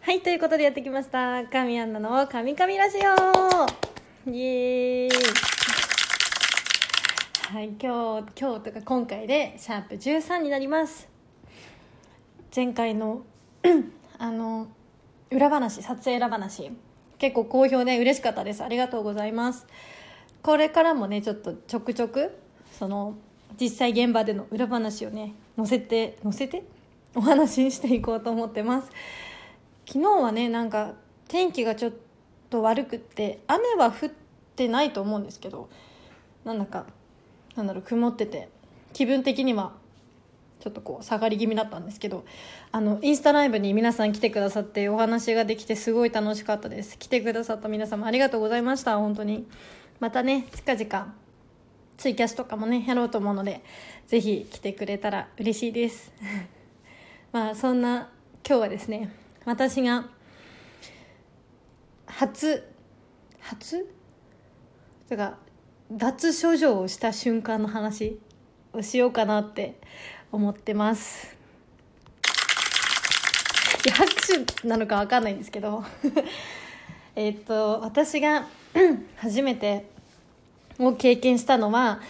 はい、ということでやってきました。神アンナの神々ラジオイエーイ。はい、今日とか今回でシャープ13になります。前回の裏話、撮影裏話、結構好評で嬉しかったです。ありがとうございます。これからもね、ちょっとちょくちょく実際現場での裏話をね載せてお話ししていこうと思ってます。昨日はね、なんか天気がちょっと悪くって雨は降ってないと思うんですけど、曇ってて気分的にはちょっと下がり気味だったんですけど、インスタライブに皆さん来てくださってお話ができてすごい楽しかったです。来てくださった皆様ありがとうございました。本当にまたね、近々ツイキャスとかもねやろうと思うので、ぜひ来てくれたら嬉しいですまあそんな今日はですね、私が脱症状をした瞬間の話をしようかなって思ってます。いや、拍手なのか分かんないんですけど私が初めてを経験したのは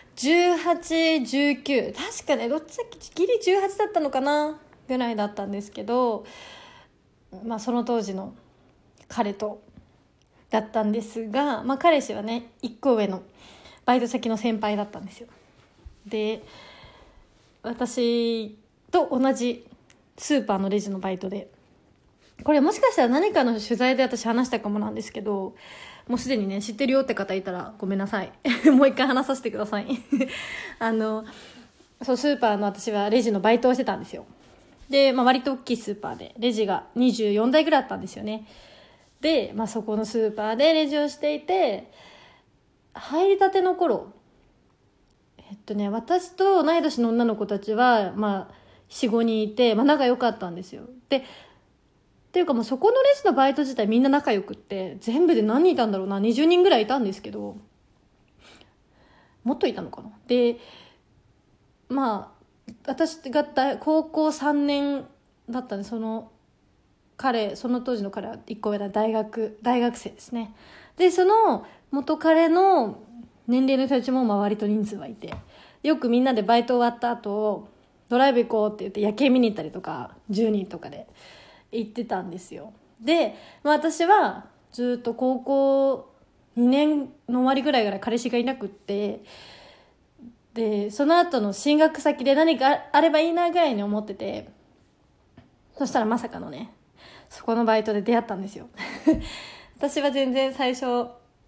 18、19、確かね、どっちだっけ、ギリ18だったのかなぐらいだったんですけど、その当時の彼とだったんですが、彼氏はね1個上のバイト先の先輩だったんですよ。で、私と同じスーパーのレジのバイトで、これもしかしたら何かの取材で私話したかもなんですけど、もうすでにね知ってるよって方いたらごめんなさいもう一回話させてくださいそう、スーパーの私はレジのバイトをしてたんですよ。で、割と大きいスーパーでレジが24台ぐらいあったんですよね。で、そこのスーパーでレジをしていて、入りたての頃、私と同い年の女の子たちは、4、5人いて、仲良かったんですよ。で、っていうかそこのレジのバイト自体みんな仲良くって、全部で何人いたんだろうな、20人ぐらいいたんですけど、もっといたのかな。で、私が高校3年だったんで、その当時の彼は1個上だ、大学生ですね。で、その元彼の年齢の人たちも割と人数はいて、よくみんなでバイト終わった後ドライブ行こうって言って夜景見に行ったりとか、10人とかで行ってたんですよ。で、私はずっと高校2年の終わりぐらいから彼氏がいなくって、でその後の進学先で何かあればいいなぐらいに思ってて、そしたらまさかのね、そこのバイトで出会ったんですよ私は全然最初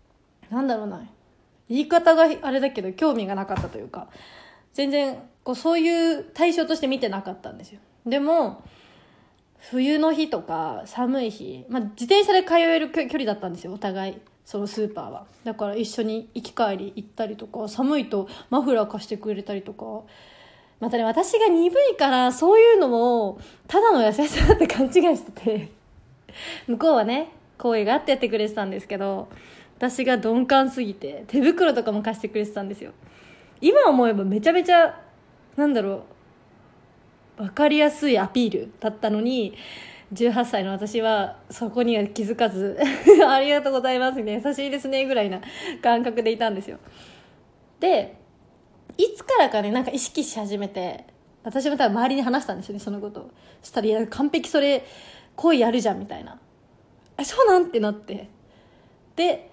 言い方があれだけど興味がなかったというか、全然そういう対象として見てなかったんですよ。でも冬の日とか寒い日、自転車で通える距離だったんですよ、お互い。そのスーパーはだから一緒に行き帰り行ったりとか、寒いとマフラー貸してくれたりとか、またね、私が鈍いからそういうのをただの優しさだって勘違いしてて向こうはね好意があってやってくれてたんですけど、私が鈍感すぎて手袋とかも貸してくれてたんですよ。今思えばめちゃめちゃ分かりやすいアピールだったのに、18歳の私はそこには気づかずありがとうございますね、優しいですねぐらいな感覚でいたんですよ。で、いつからかね意識し始めて、私も多分周りに話したんですよね、そのことを。そしたら、いや完璧それ恋やるじゃんみたいな、そうなんってなって、で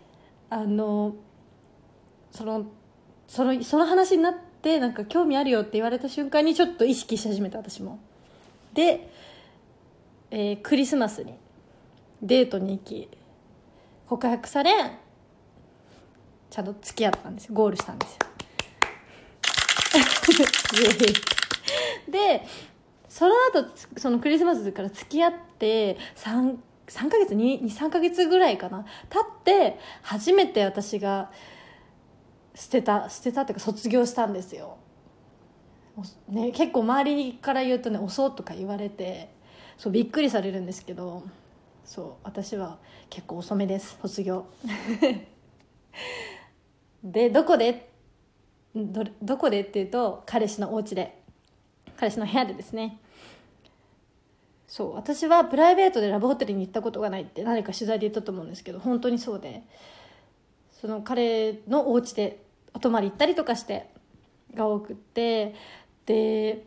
その話になって、興味あるよって言われた瞬間にちょっと意識し始めた、私も。で、クリスマスにデートに行き、告白され、ちゃんと付き合ったんですよ、ゴールしたんですよで、その後そのクリスマスから付き合って3ヶ月3ヶ月ぐらいかな経って、初めて私が捨てたっていうか卒業したんですよ、ね。結構周りから言うとね、遅っとか言われて、そうびっくりされるんですけど、そう私は結構遅めです、卒業で、どこでっていうと、彼氏のお家で、彼氏の部屋でですね。 そう私はプライベートでラブホテルに行ったことがないって何か取材で言ったと思うんですけど、本当にそうで、その彼のお家でお泊まり行ったりとかしてが多くって、で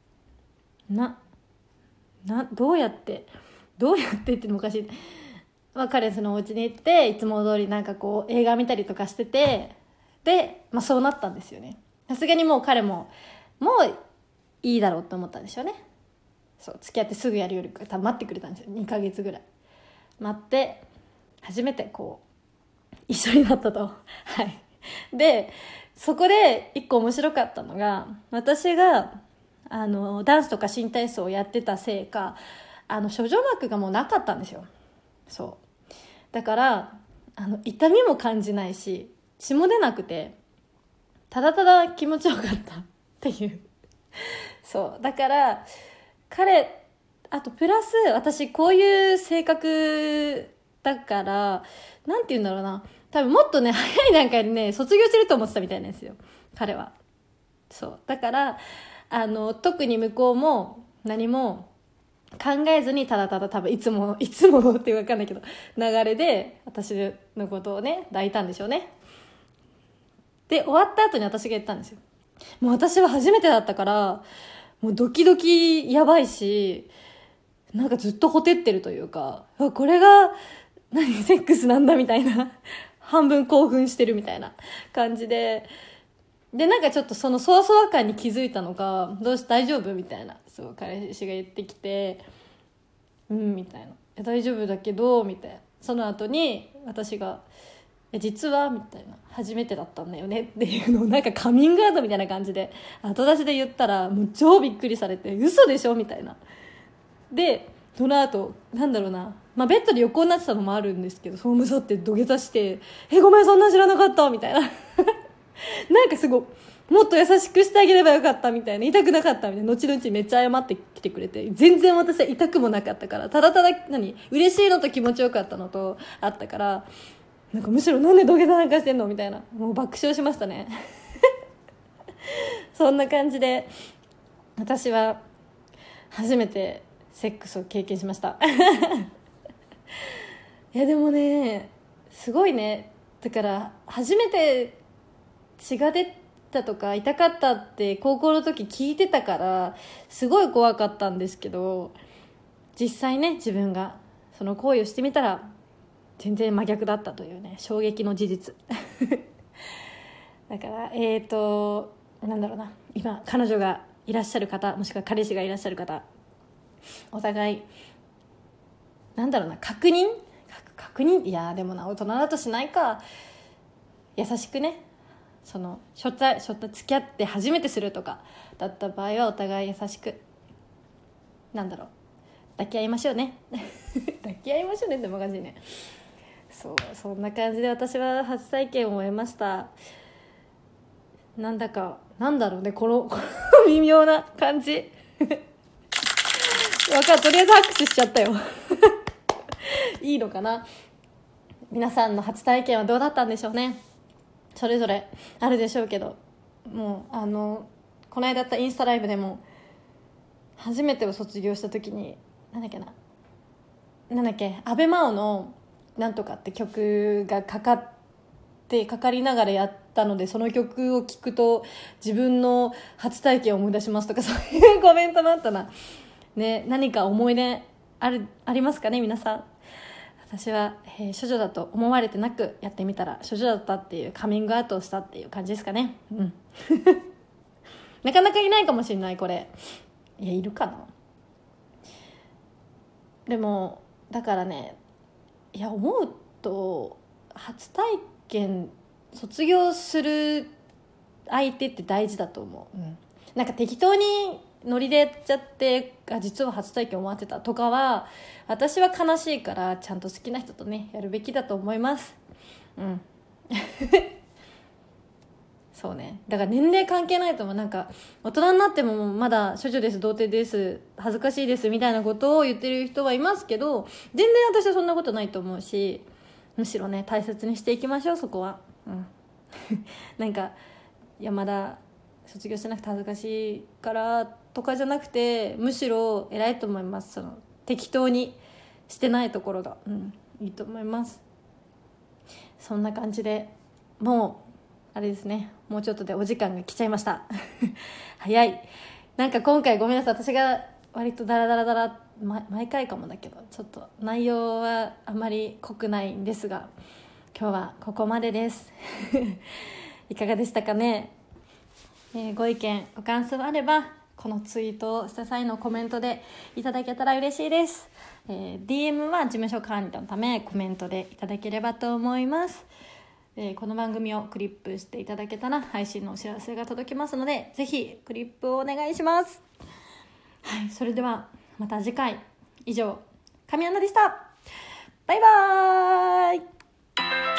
どうやってっておかしい、彼そのお家に行っていつも通りなんかこう映画見たりとかしてて、で、そうなったんですよね。さすがにもう彼ももういいだろうと思ったんでしょうね。そう付き合ってすぐやるより多分待ってくれたんですよ。2ヶ月ぐらい待って初めてこう一緒になったとはいでそこで一個面白かったのが、私がダンスとか新体操をやってたせいか諸女膜がもうなかったんですよ。そうだから痛みも感じないし血も出なくて、ただただ気持ちよかったっていうそうだからあとプラス私こういう性格だから、なんて言うんだろうな、多分もっとね早い段階でね卒業してると思ってたみたいなんですよ彼は。そうだから特に向こうも何も考えずにただただ多分いつものって分かんないけど流れで私のことをね抱いたんでしょうね。で終わった後に私が言ったんですよ。もう私は初めてだったからもうドキドキやばいし、なんかずっとほてってるというか、これがセックスなんだみたいな半分興奮してるみたいな感じで、なんかちょっとそのそわそわ感に気づいたのか、大丈夫みたいな、そう彼氏が言ってきて、みたいな、大丈夫だけどみたいな。その後に私が実はみたいな、初めてだったんだよねっていうのをなんかカミングアウトみたいな感じで後出しで言ったら、もう超びっくりされて、嘘でしょみたいな。でその後なんだろうな、ベッドで横になってたのもあるんですけど、そのむさって土下座してごめんそんな知らなかったみたいななんかすごいもっと優しくしてあげればよかったみたいな、痛くなかったみたいな、後々めっちゃ謝ってきてくれて、全然私は痛くもなかったから、ただただ嬉しいのと気持ちよかったのとあったから、なんかむしろなんで土下座なんかしてんのみたいな、もう爆笑しましたねそんな感じで私は初めてセックスを経験しましたいやでもねすごいね、だから初めて血が出たとか痛かったって高校の時聞いてたからすごい怖かったんですけど、実際ね自分がその行為をしてみたら全然真逆だったというね衝撃の事実だからなんだろうな、今彼女がいらっしゃる方、もしくは彼氏がいらっしゃる方、お互いなんだろうな、確認いやでもな、大人だとしないか、優しくね、その初対付き合って初めてするとかだった場合はお互い優しく、なんだろう、抱き合いましょうね抱き合いましょうねっておかしいね。そんな感じで私は初体験を終えました。なんだろうね、この微妙な感じとりあえず拍手しちゃったよいいのかな。皆さんの初体験はどうだったんでしょうね。それぞれあるでしょうけど、もうこの間やったインスタライブでも初めてを卒業した時になんだっけアベマオのなんとかって曲がかかりながらやったので、その曲を聴くと自分の初体験を思い出しますとか、そういうコメントもあったな、ね、何か思い出ありますかね皆さん。私は、処女だと思われてなくやってみたら処女だったっていうカミングアウトをしたっていう感じですかね。なかなかいないかもしれないこれ。いやいるかな。でもだからね、いや思うと初体験卒業する相手って大事だと思う、なんか適当にノリでやっちゃって実は初体験思ってたとかは私は悲しいから、ちゃんと好きな人とねやるべきだと思います。そうね、だから年齢関係ないと思う。なんか大人になってもまだ処女です、童貞です、恥ずかしいですみたいなことを言ってる人はいますけど、全然私はそんなことないと思うし、むしろね大切にしていきましょう、そこは。なんかいやまだ卒業してなくて恥ずかしいからとかじゃなくて、むしろ偉いと思います。その適当にしてないところが、いいと思います。そんな感じでもうあれですね、もうちょっとでお時間が来ちゃいました早い。なんか今回ごめんなさい、私が割とダラダラダラ、毎回かもだけどちょっと内容はあまり濃くないんですが、今日はここまでですいかがでしたかね。ご意見ご感想あればこのツイートをした際のコメントでいただけたら嬉しいです。DM は事務所管理のためコメントでいただければと思います。この番組をクリップしていただけたら配信のお知らせが届きますので、ぜひクリップをお願いします。はい、それではまた次回。以上、神アナでした。バイバーイ。